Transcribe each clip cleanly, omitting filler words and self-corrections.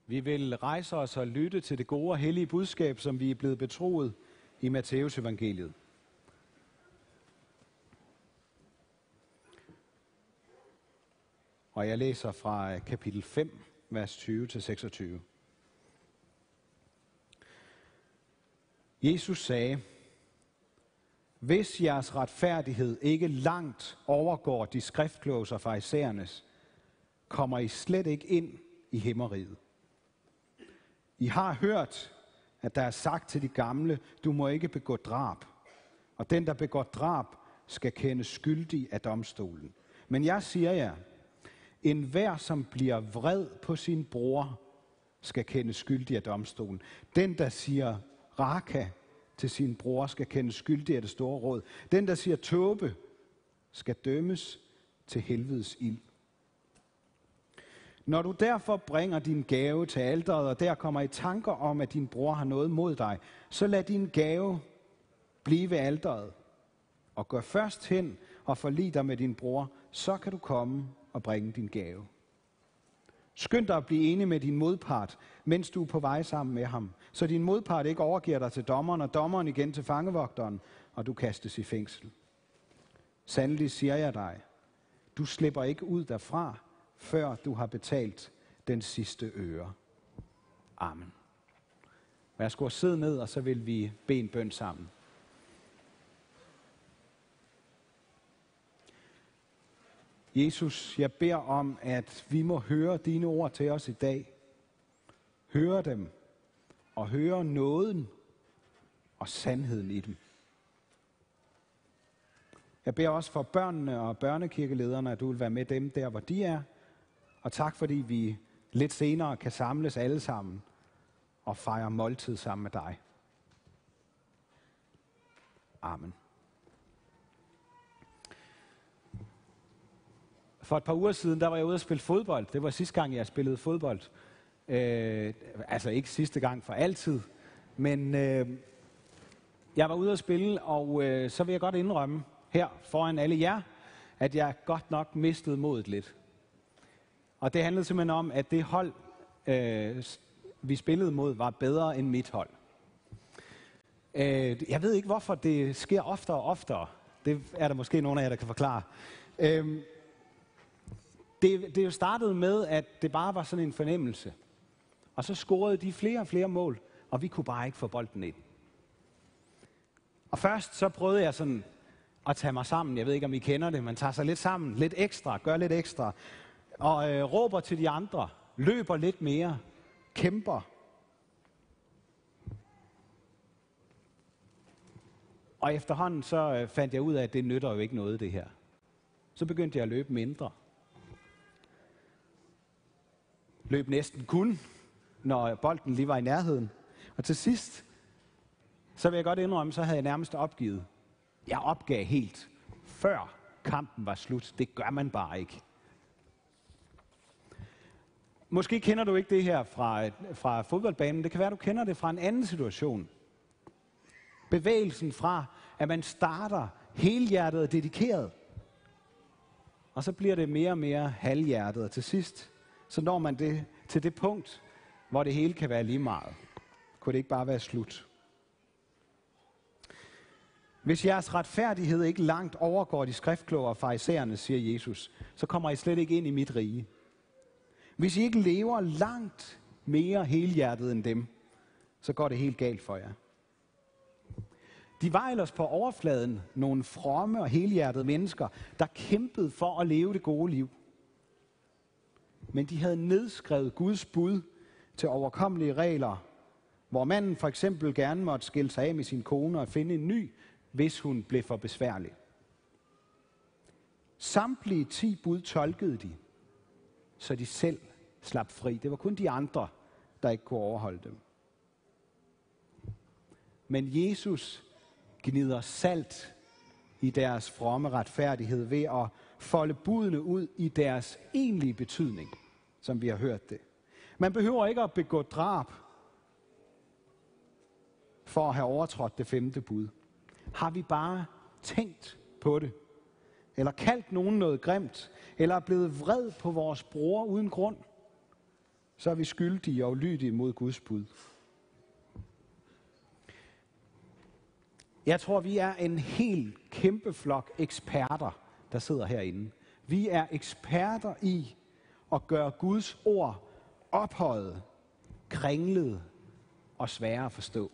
Vi vil rejse os og lytte til det gode og hellige budskab, som vi er blevet betroet i Matteus evangeliet. Og jeg læser fra kapitel 5, vers 20-26. Jesus sagde: Hvis jeres retfærdighed ikke langt overgår de skriftkloges og farisæernes, kommer I slet ikke ind i himmeriget. I har hørt, at der er sagt til de gamle, du må ikke begå drab, og den, der begår drab, skal kendes skyldig af domstolen. Men jeg siger jer, enhver, som bliver vred på sin bror, skal kendes skyldig af domstolen. Den, der siger raka til sin bror, skal kendes skyldig af det store råd. Den, der siger tåbe, skal dømmes til helvedes ild. Når du derfor bringer din gave til alteret, og der kommer i tanker om, at din bror har noget mod dig, så lad din gave blive ved alteret, og gå først hen og forlig dig med din bror, så kan du komme og bringe din gave. Skynd dig at blive enig med din modpart, mens du er på vej sammen med ham, så din modpart ikke overgiver dig til dommeren, og dommeren igen til fangevogteren, og du kastes i fængsel. Sandelig siger jeg dig, du slipper ikke ud derfra, før du har betalt den sidste øre. Amen. Værsgo at sidde ned, og så vil vi bede en bøn sammen. Jesus, jeg beder om, at vi må høre dine ord til os i dag. Høre dem, og høre nåden og sandheden i dem. Jeg beder også for børnene og børnekirkelederne, at du vil være med dem der, hvor de er. Og tak, fordi vi lidt senere kan samles alle sammen og fejre måltid sammen med dig. Amen. For et par uger siden, der var jeg ude at spille fodbold. Det var sidste gang, jeg spillede fodbold. Altså ikke sidste gang for altid, men jeg var ude at spille, og så vil jeg godt indrømme her foran alle jer, at jeg godt nok mistede modet lidt. Og det handlede simpelthen om, at det hold, vi spillede mod, var bedre end mit hold. Jeg ved ikke, hvorfor det sker oftere og oftere. Det er der måske nogen af jer, der kan forklare. Det jo startede med, at det bare var sådan en fornemmelse. Og så scorede de flere og flere mål, og vi kunne bare ikke få bolden ind. Og først så prøvede jeg sådan at tage mig sammen. Jeg ved ikke, om I kender det. Man tager sig lidt sammen, lidt ekstra, gør lidt ekstra. Og råber til de andre, løber lidt mere, kæmper. Og efterhånden så fandt jeg ud af, at det nytter jo ikke noget, det her. Så begyndte jeg at løbe mindre. Løb næsten kun, når bolden lige var i nærheden. Og til sidst, så vil jeg godt indrømme, så havde jeg nærmest opgivet. Jeg opgav helt, før kampen var slut. Det gør man bare ikke. Måske kender du ikke det her fra fodboldbanen. Det kan være, du kender det fra en anden situation. Bevægelsen fra, at man starter helhjertet og dedikeret. Og så bliver det mere og mere halvhjertet. Og til sidst, så når man det til det punkt, hvor det hele kan være lige meget. Kunne det ikke bare være slut? Hvis jeres retfærdighed ikke langt overgår de skriftkloge og farisæerne, siger Jesus, så kommer I slet ikke ind i mit rige. Hvis I ikke lever langt mere helhjertet end dem, så går det helt galt for jer. De var ellers på overfladen nogle fromme og helhjertede mennesker, der kæmpede for at leve det gode liv. Men de havde nedskrevet Guds bud til overkommelige regler, hvor manden for eksempel gerne måtte skille sig af med sin kone og finde en ny, hvis hun blev for besværlig. Samtlige 10 bud tolkede de, så de selv slap fri. Det var kun de andre, der ikke kunne overholde dem. Men Jesus gnider salt i deres fromme retfærdighed ved at folde budene ud i deres egentlige betydning, som vi har hørt det. Man behøver ikke at begå drab for at have overtrådt det 5. bud. Har vi bare tænkt på det, eller kaldt nogen noget grimt, eller er blevet vred på vores bror uden grund, så er vi skyldige og ulydige mod Guds bud. Jeg tror, vi er en helt kæmpe flok eksperter, der sidder herinde. Vi er eksperter i at gøre Guds ord ophøjet, kringlet og svære at forstå.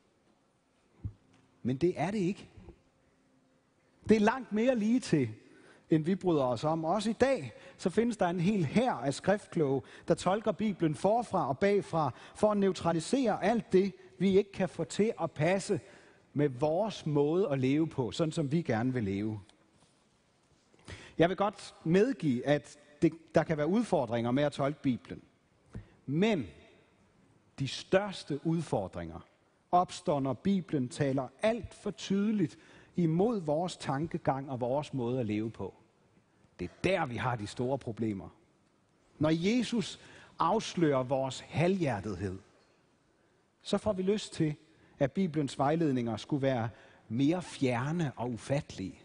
Men det er det ikke. Det er langt mere lige til, end vi bryder os om. Også i dag, så findes der en hel hær af skriftkloge, der tolker Bibelen forfra og bagfra, for at neutralisere alt det, vi ikke kan få til at passe med vores måde at leve på, sådan som vi gerne vil leve. Jeg vil godt medgive, at der kan være udfordringer med at tolke Bibelen. Men de største udfordringer opstår, når Bibelen taler alt for tydeligt imod vores tankegang og vores måde at leve på. Det er der, vi har de store problemer. Når Jesus afslører vores halvhjertethed, så får vi lyst til, at Bibelens vejledninger skulle være mere fjerne og ufattelige.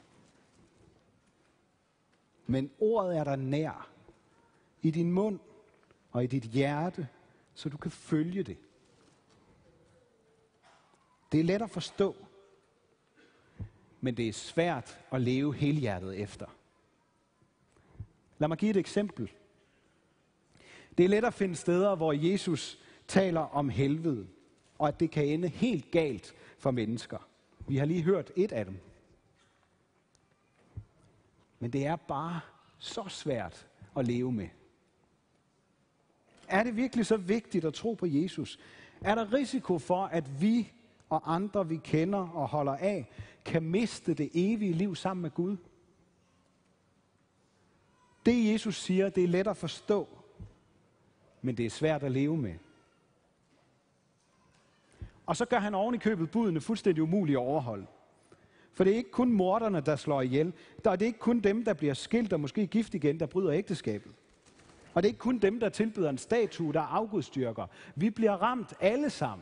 Men ordet er der nær, i din mund og i dit hjerte, så du kan følge det. Det er let at forstå, men det er svært at leve helhjertet efter. Lad mig give et eksempel. Det er let at finde steder, hvor Jesus taler om helvede, og at det kan ende helt galt for mennesker. Vi har lige hørt et af dem. Men det er bare så svært at leve med. Er det virkelig så vigtigt at tro på Jesus? Er der risiko for, at vi og andre, vi kender og holder af, kan miste det evige liv sammen med Gud? Det Jesus siger, det er let at forstå, men det er svært at leve med. Og så gør han oven i købet budene fuldstændig umulige at overholde. For det er ikke kun morderne, der slår ihjel. Det er ikke kun dem, der bliver skilt og måske gift igen, der bryder ægteskabet. Og det er ikke kun dem, der tilbyder en statue, der er afgudstyrker. Vi bliver ramt alle sammen.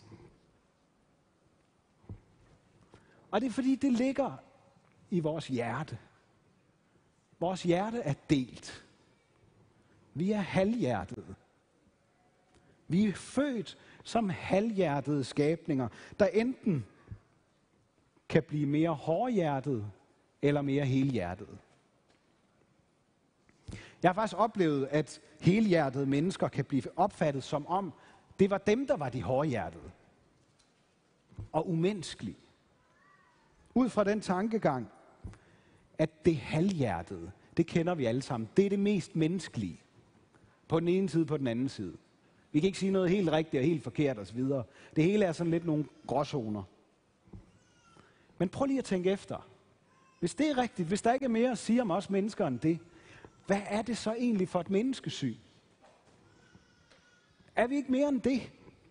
Og det er fordi, det ligger i vores hjerte. Vores hjerte er delt. Vi er halvhjertede. Vi er født som halvhjertede skabninger, der enten kan blive mere hårdhjertede eller mere helhjertede. Jeg har faktisk oplevet, at helhjertede mennesker kan blive opfattet som om, det var dem, der var de hårdhjertede og umenneskelige. Ud fra den tankegang, at det halvhjertede, det kender vi alle sammen. Det er det mest menneskelige. På den ene side, på den anden side. Vi kan ikke sige noget helt rigtigt og helt forkert osv. Det hele er sådan lidt nogle gråzoner. Men prøv lige at tænke efter. Hvis det er rigtigt, hvis der ikke er mere at sige om os mennesker end det, hvad er det så egentlig for et menneskesyn? Er vi ikke mere end det?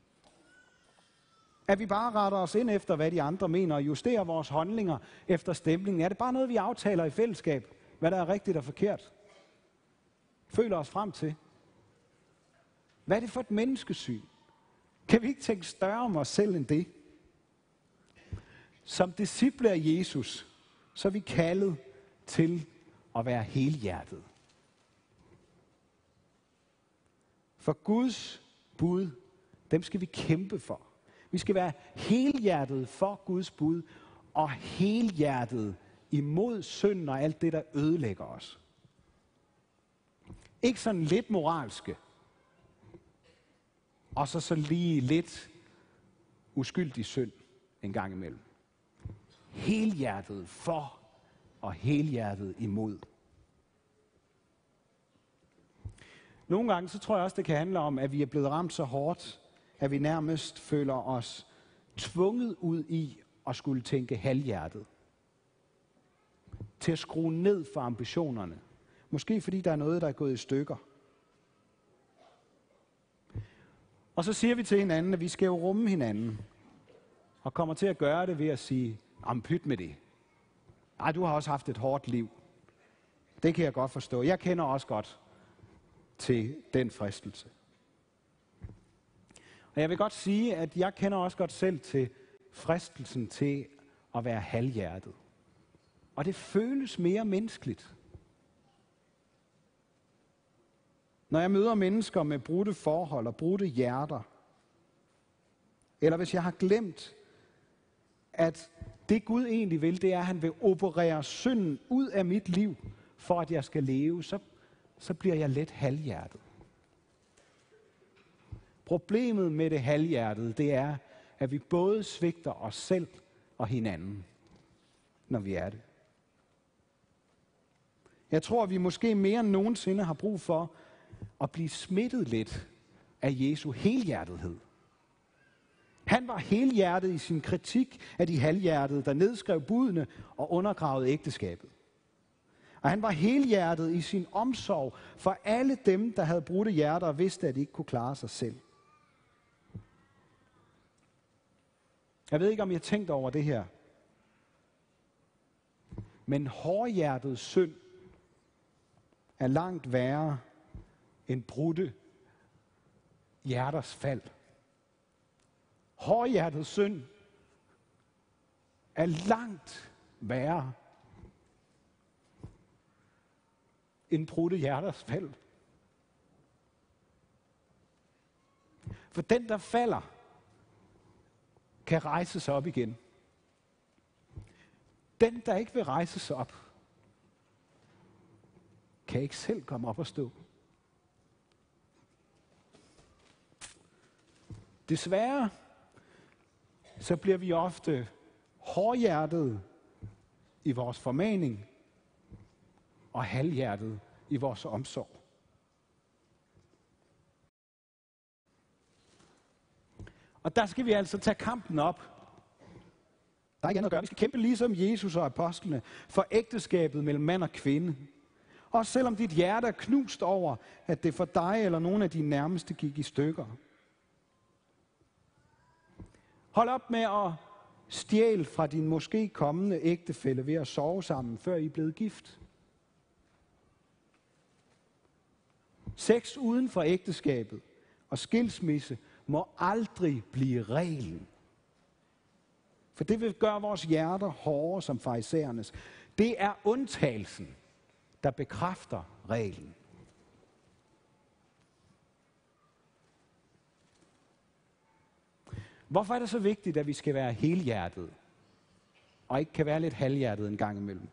At vi bare retter os ind efter, hvad de andre mener, og justerer vores handlinger efter stemningen? Er det bare noget, vi aftaler i fællesskab, hvad der er rigtigt og forkert? Føler os frem til? Hvad er det for et menneskesyn? Kan vi ikke tænke større om os selv end det? Som disciple af Jesus, så er vi kaldet til at være helhjertet. For Guds bud, dem skal vi kæmpe for. Vi skal være helhjertet for Guds bud, og helhjertet imod synden og alt det, der ødelægger os. Ikke sådan lidt moralske, og så lige lidt uskyldig synd en gang imellem. Helhjertet for og helhjertet imod. Nogle gange så tror jeg også, det kan handle om, at vi er blevet ramt så hårdt, at vi nærmest føler os tvunget ud i at skulle tænke halvhjertet. Til at skrue ned for ambitionerne. Måske fordi der er noget, der er gået i stykker. Og så siger vi til hinanden, at vi skal jo rumme hinanden. Og kommer til at gøre det ved at sige, pyt med det. Ej, du har også haft et hårdt liv. Det kan jeg godt forstå. Jeg kender også godt til den fristelse. Og jeg vil godt sige, at jeg kender også godt selv til fristelsen til at være halvhjertet. Og det føles mere menneskeligt. Når jeg møder mennesker med brudte forhold og brudte hjerter, eller hvis jeg har glemt, at det Gud egentlig vil, det er, at han vil operere synden ud af mit liv, for at jeg skal leve, så bliver jeg let halvhjertet. Problemet med det halvhjertede, det er, at vi både svigter os selv og hinanden, når vi er det. Jeg tror, at vi måske mere end nogensinde har brug for at blive smittet lidt af Jesu helhjertethed. Han var helhjertet i sin kritik af de halvhjertede, der nedskrev budene og undergravede ægteskabet. Og han var helhjertet i sin omsorg for alle dem, der havde brudte hjerter og vidste, at de ikke kunne klare sig selv. Jeg ved ikke, om I har tænkt over det her. Men hårdhjertet synd er langt værre end brudte hjerters fald. Hårdhjertet synd er langt værre end brudte hjerters fald. For den, der falder, kan rejse sig op igen. Den, der ikke vil rejse sig op, kan ikke selv komme op og stå. Desværre, så bliver vi ofte hårdhjertede i vores formaning og halvhjertede i vores omsorg. Og der skal vi altså tage kampen op. Der er ikke andet at gøre. Vi skal kæmpe ligesom Jesus og apostlene for ægteskabet mellem mand og kvinde. Også selvom dit hjerte er knust over, at det for dig eller nogen af dine nærmeste gik i stykker. Hold op med at stjæle fra din måske kommende ægtefælle ved at sove sammen, før I er blevet gift. Sex uden for ægteskabet og skilsmisse må aldrig blive reglen. For det vil gøre vores hjerter hårde som farisæernes. Det er undtagelsen, der bekræfter reglen. Hvorfor er det så vigtigt, at vi skal være helhjertet, og ikke kan være lidt halvhjertet en gang imellem?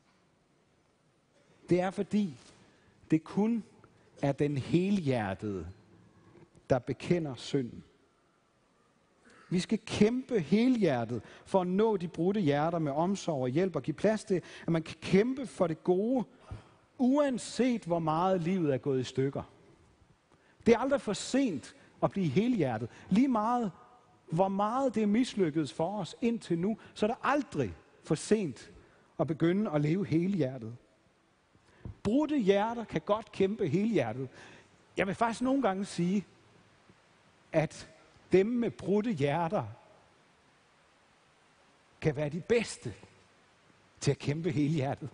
Det er fordi, det kun er den helhjertede, der bekender synden. Vi skal kæmpe helhjertet for at nå de brudte hjerter med omsorg og hjælp og give plads til, at man kan kæmpe for det gode, uanset hvor meget livet er gået i stykker. Det er aldrig for sent at blive helhjertet. Lige meget, hvor meget det er mislykkedes for os indtil nu, så er det aldrig for sent at begynde at leve helhjertet. Brudte hjerter kan godt kæmpe helhjertet. Jeg vil faktisk nogle gange sige, at dem med brudte hjerter kan være de bedste til at kæmpe helhjertet.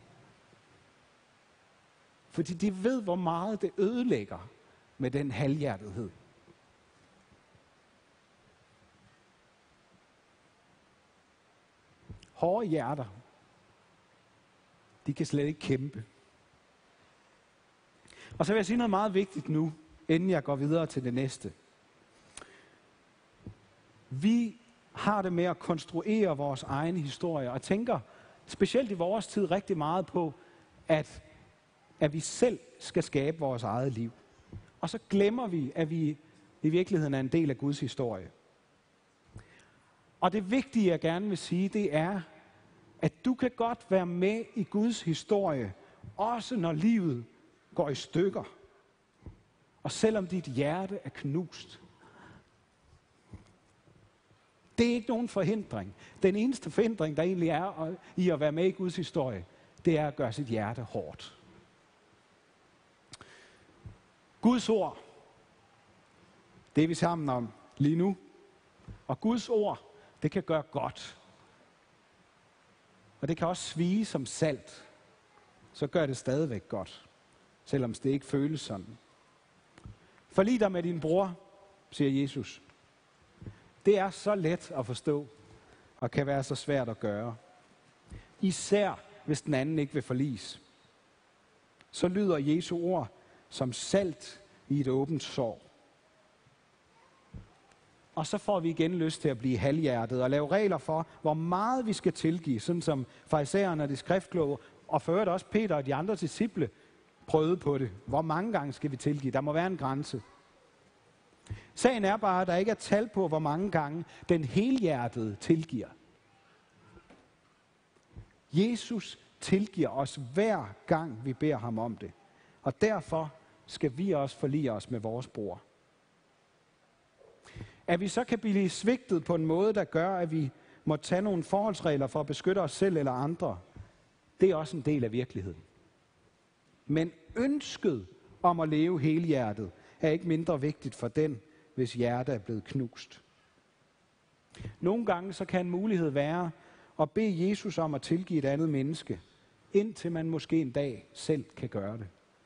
Fordi de ved, hvor meget det ødelægger med den halvhjertethed. Hårde hjerter, de kan slet ikke kæmpe. Og så vil jeg sige noget meget vigtigt nu, inden jeg går videre til det næste. Vi har det med at konstruere vores egen historie, og tænker specielt i vores tid rigtig meget på, at vi selv skal skabe vores eget liv. Og så glemmer vi, at vi i virkeligheden er en del af Guds historie. Og det vigtige, jeg gerne vil sige, det er, at du kan godt være med i Guds historie, også når livet går i stykker. Og selvom dit hjerte er knust. Det er ikke nogen forhindring. Den eneste forhindring, der egentlig er i at være med i Guds historie, det er at gøre sit hjerte hårdt. Guds ord, det er vi sammen om lige nu. Og Guds ord, det kan gøre godt. Og det kan også svige som salt. Så gør det stadigvæk godt, selvom det ikke føles sådan. Forlig dig med din bror, siger Jesus. Det er så let at forstå, og kan være så svært at gøre. Især hvis den anden ikke vil forliges. Så lyder Jesu ord som salt i et åbent sår. Og så får vi igen lyst til at blive halvhjertet og lave regler for, hvor meget vi skal tilgive, sådan som farisæerne og de skriftkloge, og for øvrigt også Peter og de andre disciple prøvede på det. Hvor mange gange skal vi tilgive? Der må være en grænse. Sagen er bare, at der ikke er tal på, hvor mange gange den helhjertede tilgiver. Jesus tilgiver os hver gang, vi beder ham om det. Og derfor skal vi også forlige os med vores bror. At vi så kan blive svigtet på en måde, der gør, at vi må tage nogle forholdsregler for at beskytte os selv eller andre, det er også en del af virkeligheden. Men ønsket om at leve helhjertet er ikke mindre vigtigt for den, hvis hjerte er blevet knust. Nogle gange så kan en mulighed være at bede Jesus om at tilgive et andet menneske, indtil man måske en dag selv kan gøre det.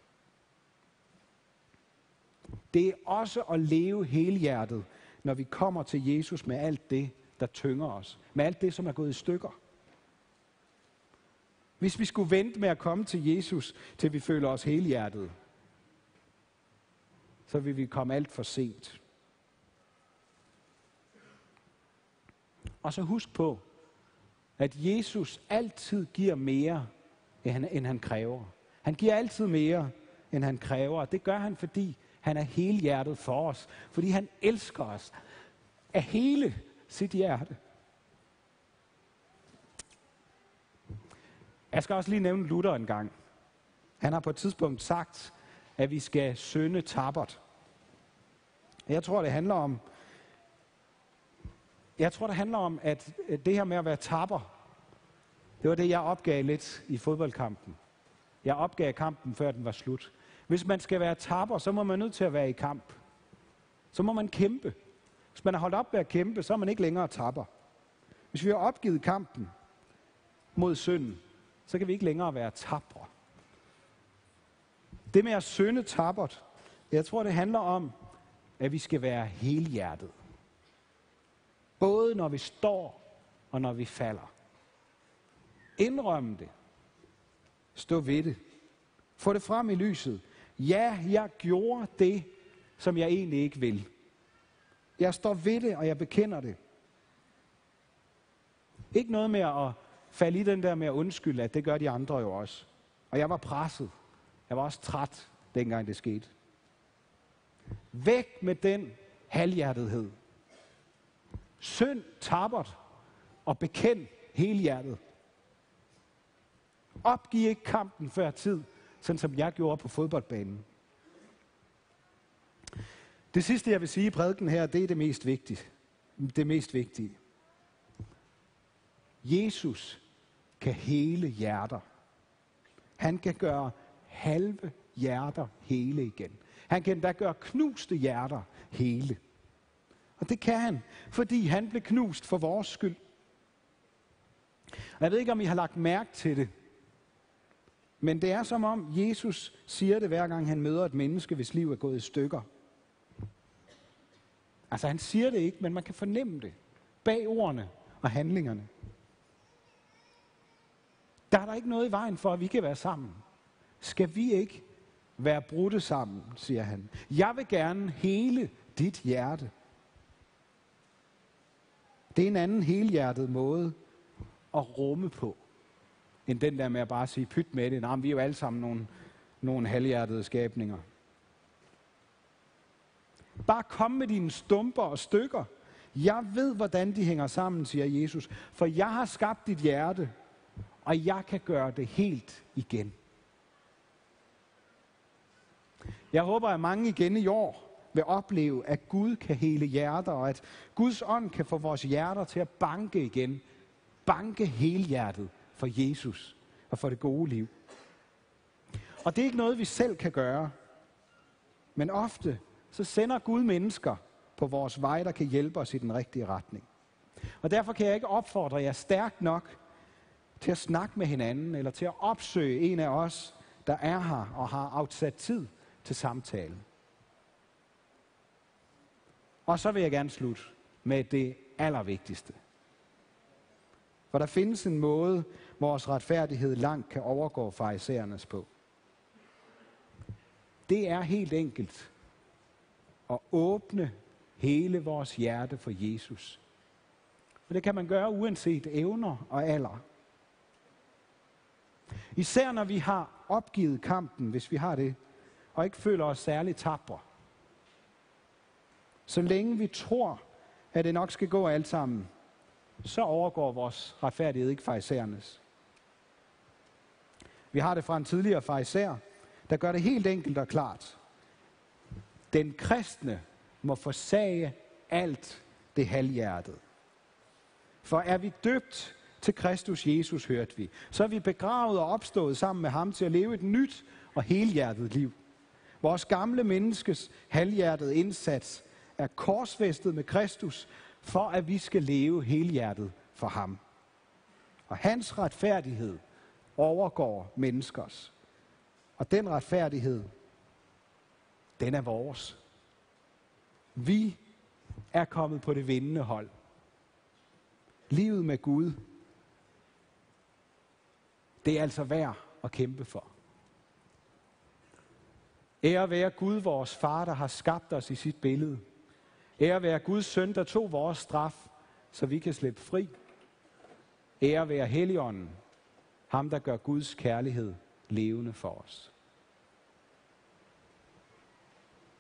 Det er også at leve helhjertet, når vi kommer til Jesus med alt det, der tynger os. Med alt det, som er gået i stykker. Hvis vi skulle vente med at komme til Jesus, til vi føler os helhjertede, så vil vi komme alt for sent. Og så husk på, at Jesus altid giver mere, end han kræver. Han giver altid mere, end han kræver. Og det gør han, fordi han er helhjertet for os. Fordi han elsker os af hele sit hjerte. Jeg skal også lige nævne Luther en gang. Han har på et tidspunkt sagt, at vi skal synde tappert. Jeg tror, det handler om, at det her med at være tapper, det var det, jeg opgav lidt i fodboldkampen. Jeg opgav kampen, før den var slut. Hvis man skal være tapper, så må man nødt til at være i kamp. Så må man kæmpe. Hvis man har holdt op med at kæmpe, så er man ikke længere tapper. Hvis vi har opgivet kampen mod synden, så kan vi ikke længere være tapre. Det med at synde tappert, jeg tror, det handler om, at vi skal være helhjertet. Både når vi står og når vi falder. Indrømme det. Stå ved det. Få det frem i lyset. Ja, jeg gjorde det, som jeg egentlig ikke vil. Jeg står ved det, og jeg bekender det. Ikke noget med at falde i den der med at undskylde, at det gør de andre jo også. Og jeg var presset. Jeg var også træt, dengang det skete. Væk med den halvhjertethed. Synd tappert og bekend helhjertet. Opgiv ikke kampen før tid, sådan som jeg gjorde på fodboldbanen. Det sidste, jeg vil sige i prædiken her, det er det mest vigtige. Det mest vigtige. Jesus kan hele hjerter. Han kan gøre halve hjerter hele igen. Han kan da gøre knuste hjerter hele. Og det kan han, fordi han blev knust for vores skyld. Og jeg ved ikke, om I har lagt mærke til det, men det er som om Jesus siger det, hver gang han møder et menneske, hvis liv er gået i stykker. Altså han siger det ikke, men man kan fornemme det bag ordene og handlingerne. Der er der ikke noget i vejen for, at vi kan være sammen. Skal vi ikke være brudte sammen, siger han. Jeg vil gerne hele dit hjerte. Det er en anden helhjertet måde at rumme på, end den der med at bare sige pyt med det. Nej, vi er jo alle sammen nogle halvhjertede skabninger. Bare kom med dine stumper og stykker. Jeg ved, hvordan de hænger sammen, siger Jesus. For jeg har skabt dit hjerte, og jeg kan gøre det helt igen. Jeg håber, at mange igen i år vil opleve, at Gud kan hele hjerter, og at Guds ånd kan få vores hjerter til at banke igen. Banke helhjertet for Jesus og for det gode liv. Og det er ikke noget, vi selv kan gøre. Men ofte så sender Gud mennesker på vores vej, der kan hjælpe os i den rigtige retning. Og derfor kan jeg ikke opfordre jer stærkt nok til at snakke med hinanden, eller til at opsøge en af os, der er her og har afsat tid til samtale. Og så vil jeg gerne slutte med det allervigtigste. For der findes en måde, vores retfærdighed langt kan overgå farisæernes på. Det er helt enkelt og åbne hele vores hjerte for Jesus. Og det kan man gøre uanset evner og alder. Især når vi har opgivet kampen, hvis vi har det, og ikke føler os særligt tapre. Så længe vi tror, at det nok skal gå alt sammen, så overgår vores retfærdighed ikke farisæernes. Vi har det fra en tidligere farisæer, der gør det helt enkelt og klart. Den kristne må forsage alt det halvhjertede. For er vi døbt til Kristus Jesus, hørte vi, så er vi begravet og opstået sammen med ham til at leve et nyt og helhjertet liv. Vores gamle menneskes halvhjertede indsats er korsfæstet med Kristus, for at vi skal leve helhjertet for ham. Og hans retfærdighed overgår menneskers. Og den retfærdighed, den er vores. Vi er kommet på det vindende hold. Livet med Gud, det er altså værd at kæmpe for. Ære være Gud, vores far, der har skabt os i sit billede. Ære være Guds søn, der tog vores straf, så vi kan slippe fri. Ære være Helligånden, ham der gør Guds kærlighed levende for os.